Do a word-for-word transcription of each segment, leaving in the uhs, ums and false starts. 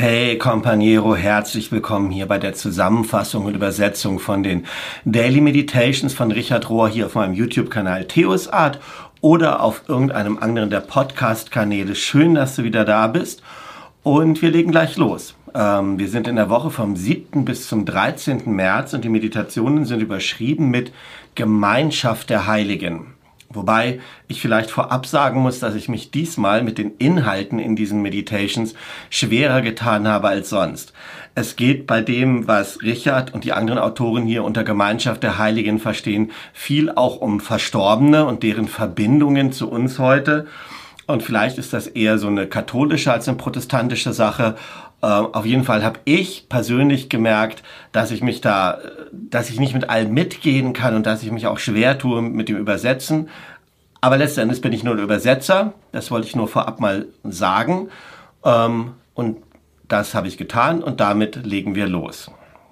Hey Companiero, herzlich willkommen hier bei der Zusammenfassung und Übersetzung von den Daily Meditations von Richard Rohr hier auf meinem YouTube-Kanal Theos Art oder auf irgendeinem anderen der Podcast-Kanäle. Schön, dass du wieder da bist und wir legen gleich los. Ähm, wir sind in der Woche vom siebten bis zum dreizehnten März und die Meditationen sind überschrieben mit Gemeinschaft der Heiligen. Wobei ich vielleicht vorab sagen muss, dass ich mich diesmal mit den Inhalten in diesen Meditations schwerer getan habe als sonst. Es geht bei dem, was Richard und die anderen Autoren hier unter Gemeinschaft der Heiligen verstehen, viel auch um Verstorbene und deren Verbindungen zu uns heute. Und vielleicht ist das eher so eine katholische als eine protestantische Sache. Äh, auf jeden Fall habe ich persönlich gemerkt, dass ich mich da, dass ich nicht mit allem mitgehen kann und dass ich mich auch schwer tue mit dem Übersetzen. Aber letzten Endes bin ich nur der Übersetzer. Das wollte ich nur vorab mal sagen. Ähm, und das habe ich getan und damit legen wir los.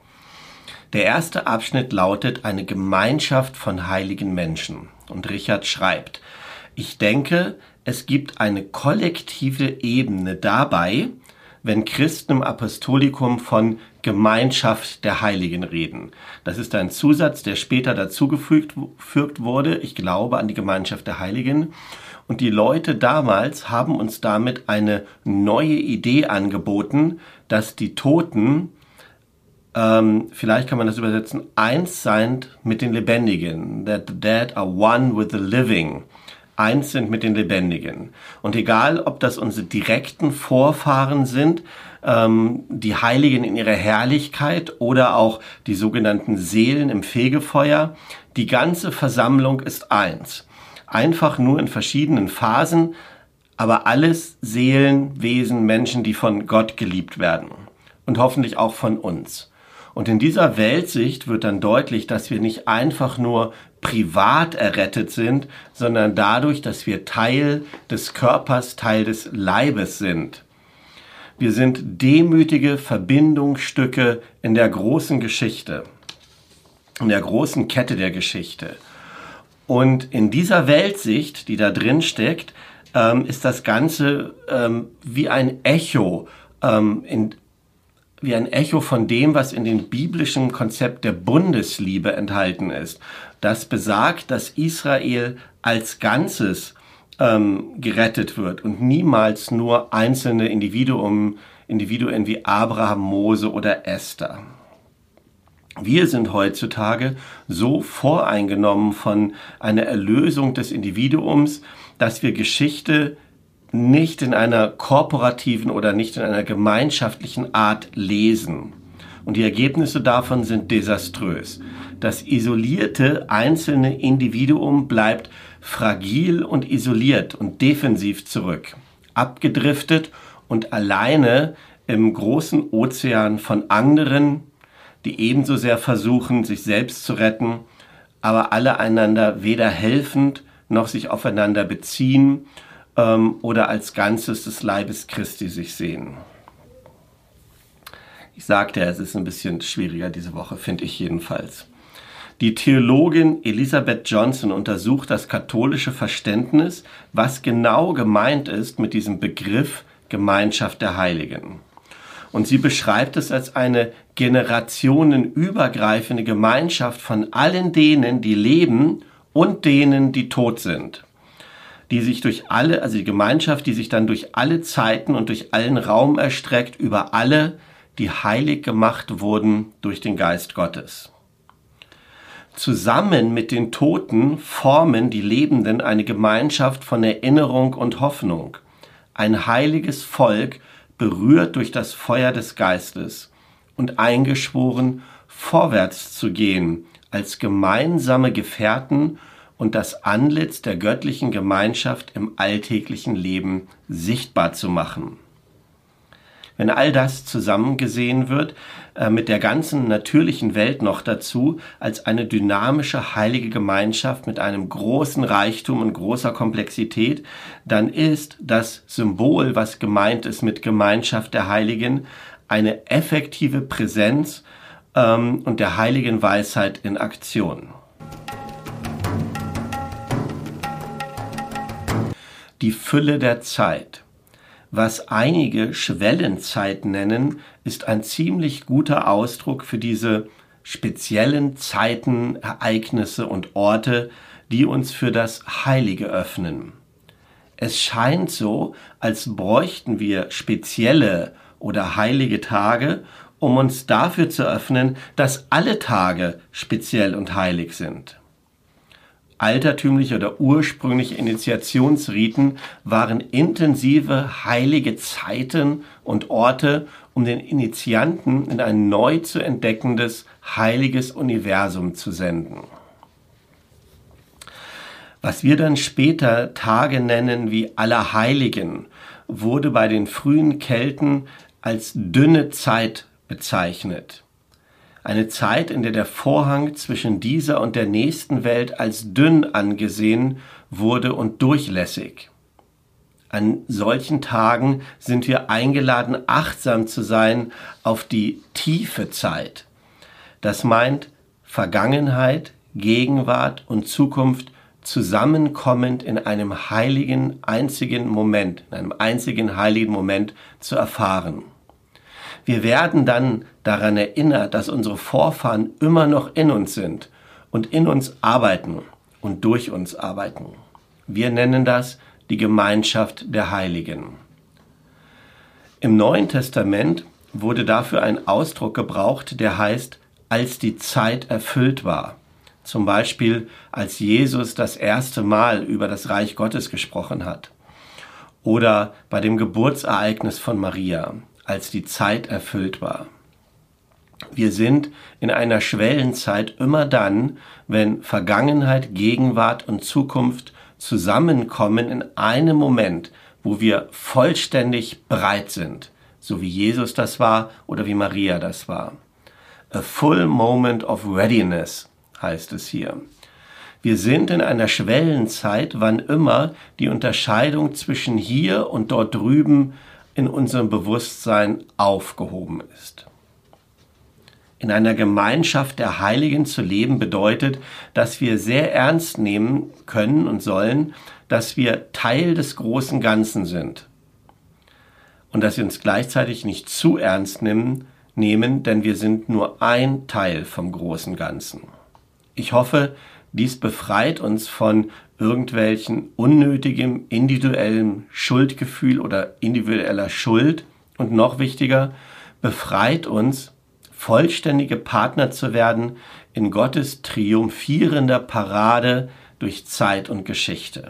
Der erste Abschnitt lautet eine Gemeinschaft von heiligen Menschen. Und Richard schreibt: Ich denke, es gibt eine kollektive Ebene dabei, wenn Christen im Apostolikum von Gemeinschaft der Heiligen reden. Das ist ein Zusatz, der später dazugefügt wurde, ich glaube an die Gemeinschaft der Heiligen. Und die Leute damals haben uns damit eine neue Idee angeboten, dass die Toten, ähm, vielleicht kann man das übersetzen, eins sind mit den Lebendigen. That the dead are one with the living. Eins sind mit den Lebendigen. Und egal, ob das unsere direkten Vorfahren sind, ähm, die Heiligen in ihrer Herrlichkeit oder auch die sogenannten Seelen im Fegefeuer, die ganze Versammlung ist eins. Einfach nur in verschiedenen Phasen, aber alles Seelen, Wesen, Menschen, die von Gott geliebt werden. Und hoffentlich auch von uns. Und in dieser Weltsicht wird dann deutlich, dass wir nicht einfach nur privat errettet sind, sondern dadurch, dass wir Teil des Körpers, Teil des Leibes sind. Wir sind demütige Verbindungsstücke in der großen Geschichte, in der großen Kette der Geschichte. Und in dieser Weltsicht, die da drin steckt, ähm, ist das Ganze ähm, wie ein Echo ähm, in wie ein Echo von dem, was in dem biblischen Konzept der Bundesliebe enthalten ist. Das besagt, dass Israel als Ganzes ähm, gerettet wird und niemals nur einzelne Individuen, Individuen wie Abraham, Mose oder Esther. Wir sind heutzutage so voreingenommen von einer Erlösung des Individuums, dass wir Geschichte nicht in einer korporativen oder nicht in einer gemeinschaftlichen Art lesen. Und die Ergebnisse davon sind desaströs. Das isolierte einzelne Individuum bleibt fragil und isoliert und defensiv zurück, abgedriftet und alleine im großen Ozean von anderen, die ebenso sehr versuchen, sich selbst zu retten, aber alle einander weder helfend noch sich aufeinander beziehen oder als Ganzes des Leibes Christi sich sehen. Ich sagte ja, es ist ein bisschen schwieriger diese Woche, finde ich jedenfalls. Die Theologin Elisabeth Johnson untersucht das katholische Verständnis, was genau gemeint ist mit diesem Begriff Gemeinschaft der Heiligen. Und sie beschreibt es als eine generationenübergreifende Gemeinschaft von allen denen, die leben und denen, die tot sind. Die sich durch alle, also die Gemeinschaft, die sich dann durch alle Zeiten und durch allen Raum erstreckt, über alle, die heilig gemacht wurden durch den Geist Gottes. Zusammen mit den Toten formen die Lebenden eine Gemeinschaft von Erinnerung und Hoffnung. Ein heiliges Volk, berührt durch das Feuer des Geistes und eingeschworen, vorwärts zu gehen, als gemeinsame Gefährten und das Antlitz der göttlichen Gemeinschaft im alltäglichen Leben sichtbar zu machen. Wenn all das zusammengesehen wird, äh, mit der ganzen natürlichen Welt noch dazu, als eine dynamische, heilige Gemeinschaft mit einem großen Reichtum und großer Komplexität, dann ist das Symbol, was gemeint ist mit Gemeinschaft der Heiligen, eine effektive Präsenz ähm, und der heiligen Weisheit in Aktion. Die Fülle der Zeit. Was einige Schwellenzeit nennen, ist ein ziemlich guter Ausdruck für diese speziellen Zeiten, Ereignisse und Orte, die uns für das Heilige öffnen. Es scheint so, als bräuchten wir spezielle oder heilige Tage, um uns dafür zu öffnen, dass alle Tage speziell und heilig sind. Altertümliche oder ursprüngliche Initiationsriten waren intensive heilige Zeiten und Orte, um den Initianten in ein neu zu entdeckendes heiliges Universum zu senden. Was wir dann später Tage nennen wie Allerheiligen, wurde bei den frühen Kelten als dünne Zeit bezeichnet. Eine Zeit, in der der Vorhang zwischen dieser und der nächsten Welt als dünn angesehen wurde und durchlässig. An solchen Tagen sind wir eingeladen, achtsam zu sein auf die tiefe Zeit. Das meint Vergangenheit, Gegenwart und Zukunft zusammenkommend in einem heiligen, einzigen Moment, in einem einzigen heiligen Moment zu erfahren. Wir werden dann daran erinnert, dass unsere Vorfahren immer noch in uns sind und in uns arbeiten und durch uns arbeiten. Wir nennen das die Gemeinschaft der Heiligen. Im Neuen Testament wurde dafür ein Ausdruck gebraucht, der heißt, als die Zeit erfüllt war. Zum Beispiel, als Jesus das erste Mal über das Reich Gottes gesprochen hat. Oder bei dem Geburtsereignis von Maria, als die Zeit erfüllt war. Wir sind in einer Schwellenzeit immer dann, wenn Vergangenheit, Gegenwart und Zukunft zusammenkommen in einem Moment, wo wir vollständig bereit sind, so wie Jesus das war oder wie Maria das war. A full moment of readiness heißt es hier. Wir sind in einer Schwellenzeit, wann immer die Unterscheidung zwischen hier und dort drüben in unserem Bewusstsein aufgehoben ist. In einer Gemeinschaft der Heiligen zu leben bedeutet, dass wir sehr ernst nehmen können und sollen, dass wir Teil des großen Ganzen sind. Und dass wir uns gleichzeitig nicht zu ernst nehmen, nehmen, denn wir sind nur ein Teil vom großen Ganzen. Ich hoffe, dies befreit uns von irgendwelchen unnötigem individuellem Schuldgefühl oder individueller Schuld und noch wichtiger, befreit uns, vollständige Partner zu werden in Gottes triumphierender Parade durch Zeit und Geschichte.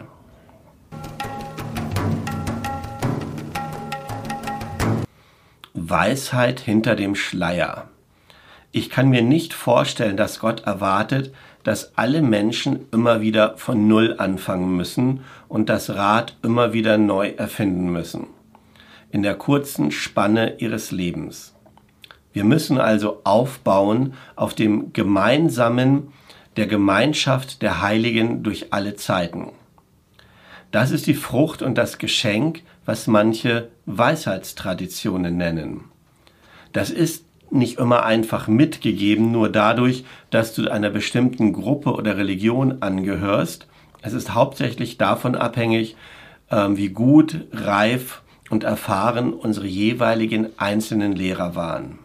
Weisheit hinter dem Schleier. Ich kann mir nicht vorstellen, dass Gott erwartet, dass alle Menschen immer wieder von Null anfangen müssen und das Rad immer wieder neu erfinden müssen. In der kurzen Spanne ihres Lebens. Wir müssen also aufbauen auf dem Gemeinsamen der Gemeinschaft der Heiligen durch alle Zeiten. Das ist die Frucht und das Geschenk, was manche Weisheitstraditionen nennen. Das ist nicht immer einfach mitgegeben, nur dadurch, dass du einer bestimmten Gruppe oder Religion angehörst. Es ist hauptsächlich davon abhängig, wie gut, reif und erfahren unsere jeweiligen einzelnen Lehrer waren.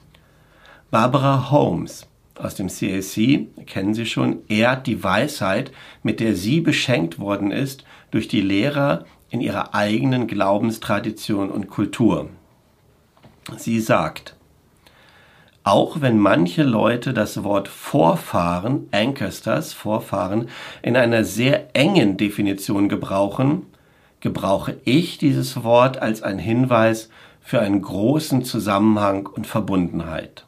Barbara Holmes aus dem C A C, kennen Sie schon, ehrt die Weisheit, mit der sie beschenkt worden ist durch die Lehrer in ihrer eigenen Glaubenstradition und Kultur. Sie sagt: Auch wenn manche Leute das Wort Vorfahren, Ancestors, Vorfahren, in einer sehr engen Definition gebrauchen, gebrauche ich dieses Wort als ein Hinweis für einen großen Zusammenhang und Verbundenheit.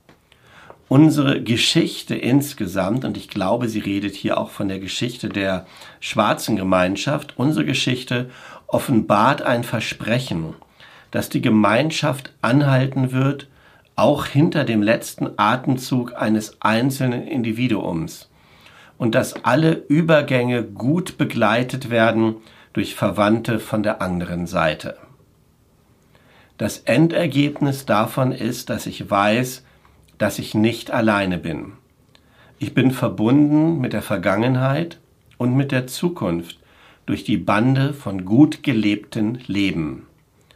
Unsere Geschichte insgesamt, und ich glaube, sie redet hier auch von der Geschichte der schwarzen Gemeinschaft, unsere Geschichte offenbart ein Versprechen, dass die Gemeinschaft anhalten wird, auch hinter dem letzten Atemzug eines einzelnen Individuums, und dass alle Übergänge gut begleitet werden durch Verwandte von der anderen Seite. Das Endergebnis davon ist, dass ich weiß, dass ich nicht alleine bin. Ich bin verbunden mit der Vergangenheit und mit der Zukunft durch die Bande von gut gelebten Leben.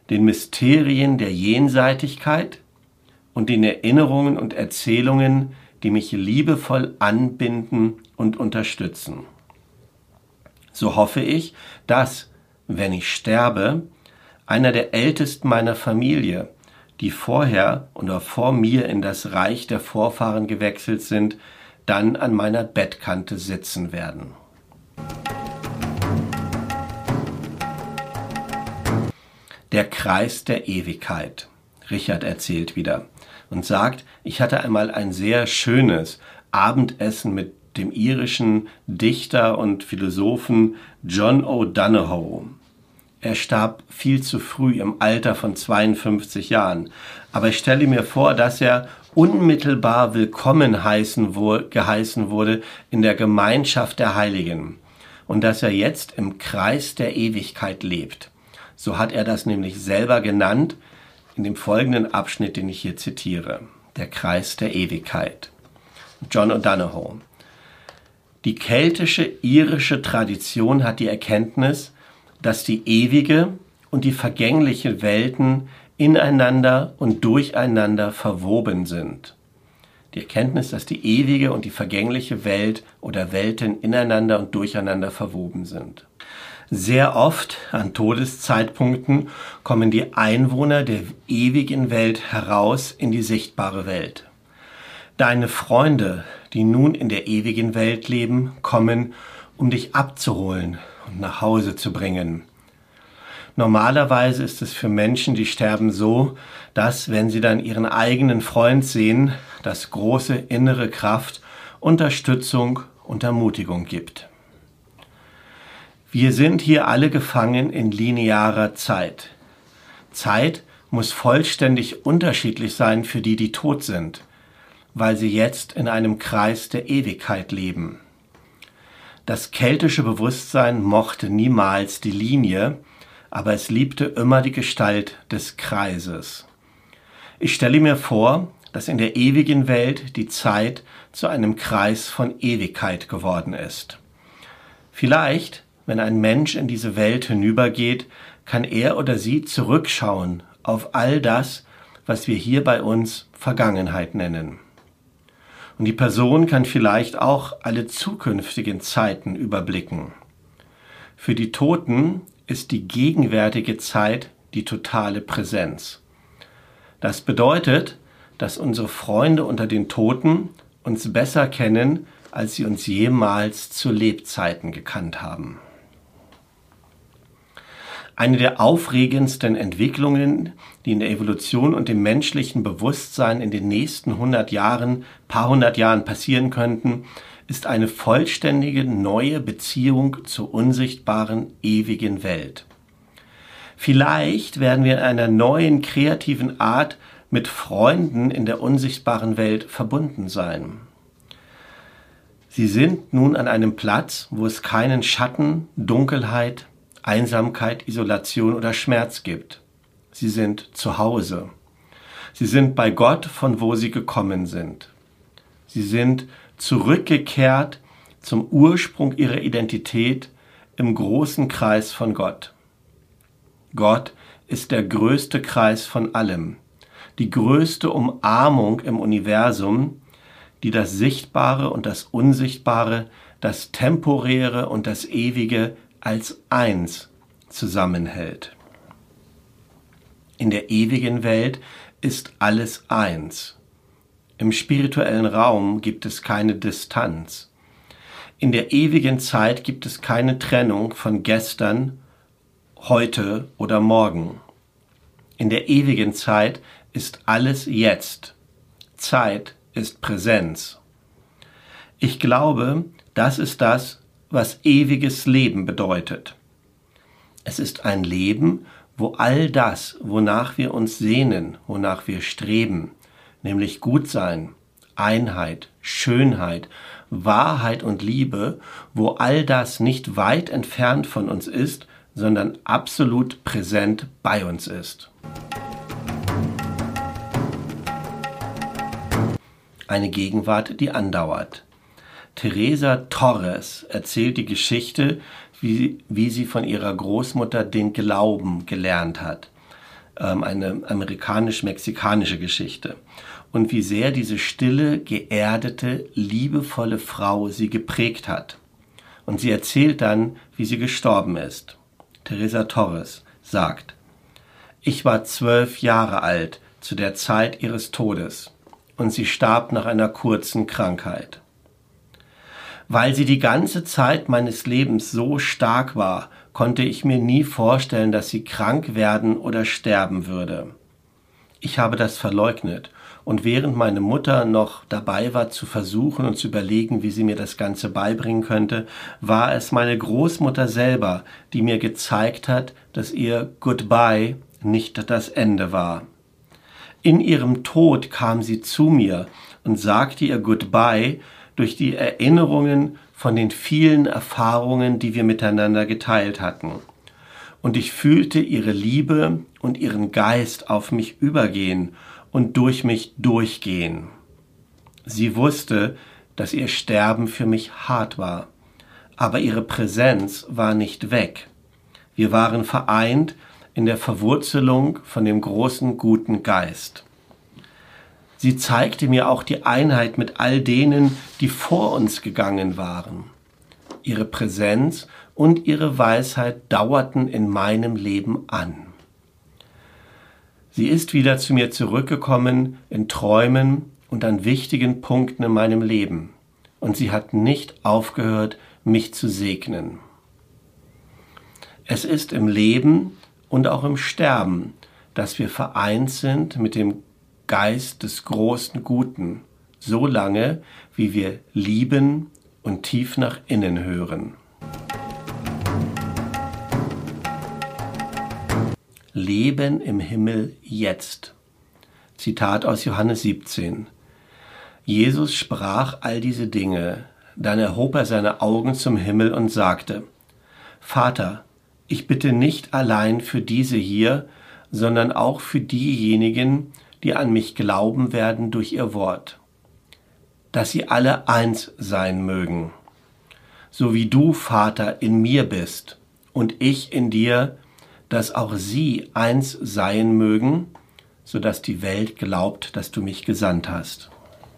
den Mysterien der Jenseitigkeit und den Erinnerungen und Erzählungen, die mich liebevoll anbinden und unterstützen. So hoffe ich, dass, wenn ich sterbe, einer der Ältesten meiner Familie, die vorher oder vor mir in das Reich der Vorfahren gewechselt sind, dann an meiner Bettkante sitzen werden. Der Kreis der Ewigkeit. Richard erzählt wieder und sagt, ich hatte einmal ein sehr schönes Abendessen mit dem irischen Dichter und Philosophen John O'Donohoe. Er starb viel zu früh im Alter von zweiundfünfzig Jahren, aber ich stelle mir vor, dass er unmittelbar willkommen heißen, geheißen wurde in der Gemeinschaft der Heiligen und dass er jetzt im Kreis der Ewigkeit lebt. So hat er das nämlich selber genannt in dem folgenden Abschnitt, den ich hier zitiere. Der Kreis der Ewigkeit. John O'Donohoe. Die keltische irische Tradition hat die Erkenntnis, dass die ewige und die vergängliche Welten ineinander und durcheinander verwoben sind. Die Erkenntnis, dass die ewige und die vergängliche Welt oder Welten ineinander und durcheinander verwoben sind. Sehr oft an Todeszeitpunkten kommen die Einwohner der ewigen Welt heraus in die sichtbare Welt. Deine Freunde, die nun in der ewigen Welt leben, kommen, um dich abzuholen und nach Hause zu bringen. Normalerweise ist es für Menschen, die sterben, so, dass, wenn sie dann ihren eigenen Freund sehen, das große innere Kraft, Unterstützung und Ermutigung gibt. Wir sind hier alle gefangen in linearer Zeit. Zeit muss vollständig unterschiedlich sein für die, die tot sind, weil sie jetzt in einem Kreis der Ewigkeit leben. Das keltische Bewusstsein mochte niemals die Linie, aber es liebte immer die Gestalt des Kreises. Ich stelle mir vor, dass in der ewigen Welt die Zeit zu einem Kreis von Ewigkeit geworden ist. Vielleicht, wenn ein Mensch in diese Welt hinübergeht, kann er oder sie zurückschauen auf all das, was wir hier bei uns Vergangenheit nennen. Und die Person kann vielleicht auch alle zukünftigen Zeiten überblicken. Für die Toten ist die gegenwärtige Zeit die totale Präsenz. Das bedeutet, dass unsere Freunde unter den Toten uns besser kennen, als sie uns jemals zu Lebzeiten gekannt haben. Eine der aufregendsten Entwicklungen, die in der Evolution und dem menschlichen Bewusstsein in den nächsten hundert Jahren, paar hundert Jahren passieren könnten, ist eine vollständige neue Beziehung zur unsichtbaren, ewigen Welt. Vielleicht werden wir in einer neuen, kreativen Art mit Freunden in der unsichtbaren Welt verbunden sein. Sie sind nun an einem Platz, wo es keinen Schatten, Dunkelheit, Einsamkeit, Isolation oder Schmerz gibt. Sie sind zu Hause. Sie sind bei Gott, von wo sie gekommen sind. Sie sind zurückgekehrt zum Ursprung ihrer Identität im großen Kreis von Gott. Gott ist der größte Kreis von allem, die größte Umarmung im Universum, die das Sichtbare und das Unsichtbare, das Temporäre und das Ewige als eins zusammenhält. In der ewigen Welt ist alles eins. Im spirituellen Raum gibt es keine Distanz. In der ewigen Zeit gibt es keine Trennung von gestern, heute oder morgen. In der ewigen Zeit ist alles jetzt. Zeit ist Präsenz. Ich glaube, das ist das, was ewiges Leben bedeutet. Es ist ein Leben, wo all das, wonach wir uns sehnen, wonach wir streben, nämlich Gutsein, Einheit, Schönheit, Wahrheit und Liebe, wo all das nicht weit entfernt von uns ist, sondern absolut präsent bei uns ist. Eine Gegenwart, die andauert. Teresa Torres erzählt die Geschichte, wie, wie sie von ihrer Großmutter den Glauben gelernt hat. ähm, eine amerikanisch-mexikanische Geschichte. Und wie sehr diese stille, geerdete, liebevolle Frau sie geprägt hat. Und sie erzählt dann, wie sie gestorben ist. Teresa Torres sagt: Ich war zwölf Jahre alt zu der Zeit ihres Todes und sie starb nach einer kurzen Krankheit. Weil sie die ganze Zeit meines Lebens so stark war, konnte ich mir nie vorstellen, dass sie krank werden oder sterben würde. Ich habe das verleugnet und während meine Mutter noch dabei war zu versuchen und zu überlegen, wie sie mir das Ganze beibringen könnte, war es meine Großmutter selber, die mir gezeigt hat, dass ihr Goodbye nicht das Ende war. In ihrem Tod kam sie zu mir und sagte ihr Goodbye durch die Erinnerungen von den vielen Erfahrungen, die wir miteinander geteilt hatten. Und ich fühlte ihre Liebe und ihren Geist auf mich übergehen und durch mich durchgehen. Sie wusste, dass ihr Sterben für mich hart war, aber ihre Präsenz war nicht weg. Wir waren vereint in der Verwurzelung von dem großen, guten Geist. Sie zeigte mir auch die Einheit mit all denen, die vor uns gegangen waren. Ihre Präsenz und ihre Weisheit dauerten in meinem Leben an. Sie ist wieder zu mir zurückgekommen in Träumen und an wichtigen Punkten in meinem Leben. Und sie hat nicht aufgehört, mich zu segnen. Es ist im Leben und auch im Sterben, dass wir vereint sind mit dem Geist des großen Guten, so lange, wie wir lieben und tief nach innen hören. Leben im Himmel jetzt. Zitat aus Johannes siebzehn. Jesus sprach all diese Dinge, dann erhob er seine Augen zum Himmel und sagte: Vater, ich bitte nicht allein für diese hier, sondern auch für diejenigen, die an mich glauben werden durch ihr Wort, dass sie alle eins sein mögen, so wie du, Vater, in mir bist und ich in dir, dass auch sie eins sein mögen, so dass die Welt glaubt, dass du mich gesandt hast.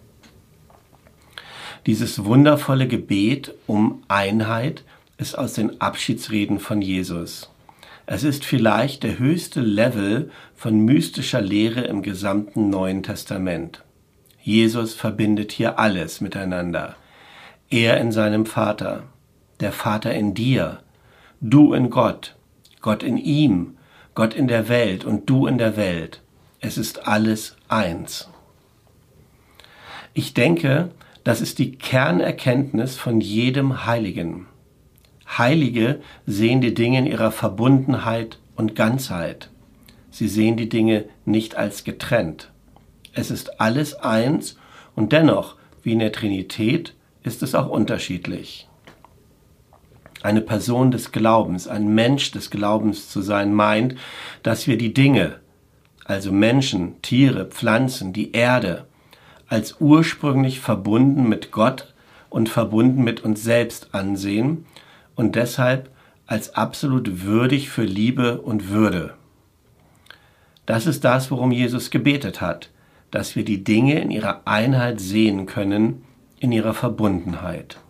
Dieses wundervolle Gebet um Einheit ist aus den Abschiedsreden von Jesus. Es ist vielleicht der höchste Level von mystischer Lehre im gesamten Neuen Testament. Jesus verbindet hier alles miteinander. Er in seinem Vater, der Vater in dir, du in Gott, Gott in ihm, Gott in der Welt und du in der Welt. Es ist alles eins. Ich denke, das ist die Kernerkenntnis von jedem Heiligen. Heilige sehen die Dinge in ihrer Verbundenheit und Ganzheit. Sie sehen die Dinge nicht als getrennt. Es ist alles eins und dennoch, wie in der Trinität, ist es auch unterschiedlich. Eine Person des Glaubens, ein Mensch des Glaubens zu sein, meint, dass wir die Dinge, also Menschen, Tiere, Pflanzen, die Erde, als ursprünglich verbunden mit Gott und verbunden mit uns selbst ansehen und deshalb als absolut würdig für Liebe und Würde. Das ist das, worum Jesus gebetet hat, dass wir die Dinge in ihrer Einheit sehen können, in ihrer Verbundenheit.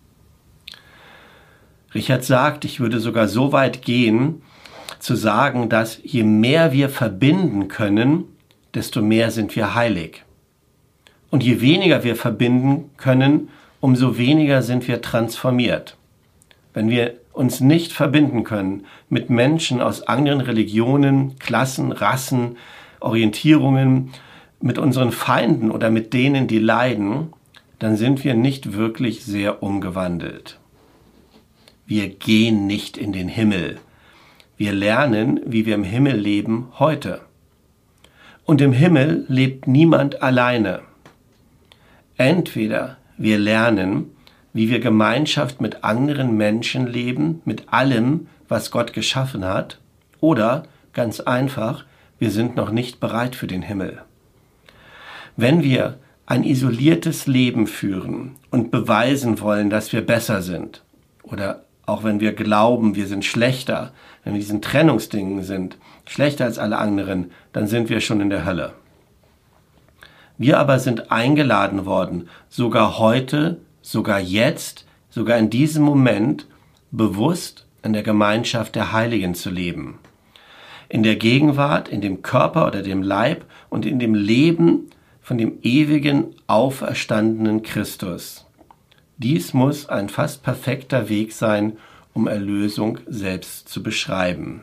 Richard sagt, ich würde sogar so weit gehen, zu sagen, dass je mehr wir verbinden können, desto mehr sind wir heilig. Und je weniger wir verbinden können, umso weniger sind wir transformiert. Wenn wir uns nicht verbinden können mit Menschen aus anderen Religionen, Klassen, Rassen, Orientierungen, mit unseren Feinden oder mit denen, die leiden, dann sind wir nicht wirklich sehr umgewandelt. Wir gehen nicht in den Himmel. Wir lernen, wie wir im Himmel leben heute. Und im Himmel lebt niemand alleine. Entweder wir lernen, wie wir Gemeinschaft mit anderen Menschen leben, mit allem, was Gott geschaffen hat, oder, ganz einfach, wir sind noch nicht bereit für den Himmel. Wenn wir ein isoliertes Leben führen und beweisen wollen, dass wir besser sind, oder auch wenn wir glauben, wir sind schlechter, wenn wir diesen Trennungsdingen sind, schlechter als alle anderen, dann sind wir schon in der Hölle. Wir aber sind eingeladen worden, sogar heute, sogar jetzt, sogar in diesem Moment, bewusst in der Gemeinschaft der Heiligen zu leben. In der Gegenwart, in dem Körper oder dem Leib und in dem Leben von dem ewigen, auferstandenen Christus. Dies muss ein fast perfekter Weg sein, um Erlösung selbst zu beschreiben.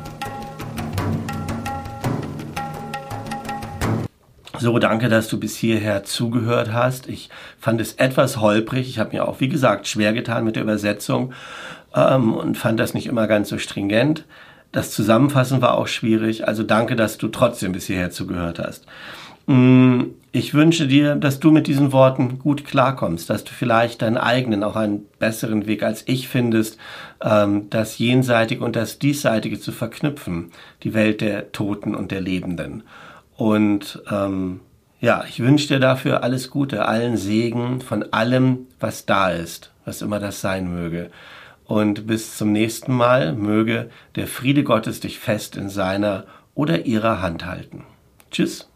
So, danke, dass du bis hierher zugehört hast. Ich fand es etwas holprig. Ich habe mir auch, wie gesagt, schwer getan mit der Übersetzung ähm, und fand das nicht immer ganz so stringent. Das Zusammenfassen war auch schwierig. Also danke, dass du trotzdem bis hierher zugehört hast. Ich wünsche dir, dass du mit diesen Worten gut klarkommst, dass du vielleicht deinen eigenen, auch einen besseren Weg als ich findest, das Jenseitige und das Diesseitige zu verknüpfen, die Welt der Toten und der Lebenden. Und ähm, ja, ich wünsche dir dafür alles Gute, allen Segen von allem, was da ist, was immer das sein möge. Und bis zum nächsten Mal möge der Friede Gottes dich fest in seiner oder ihrer Hand halten. Tschüss.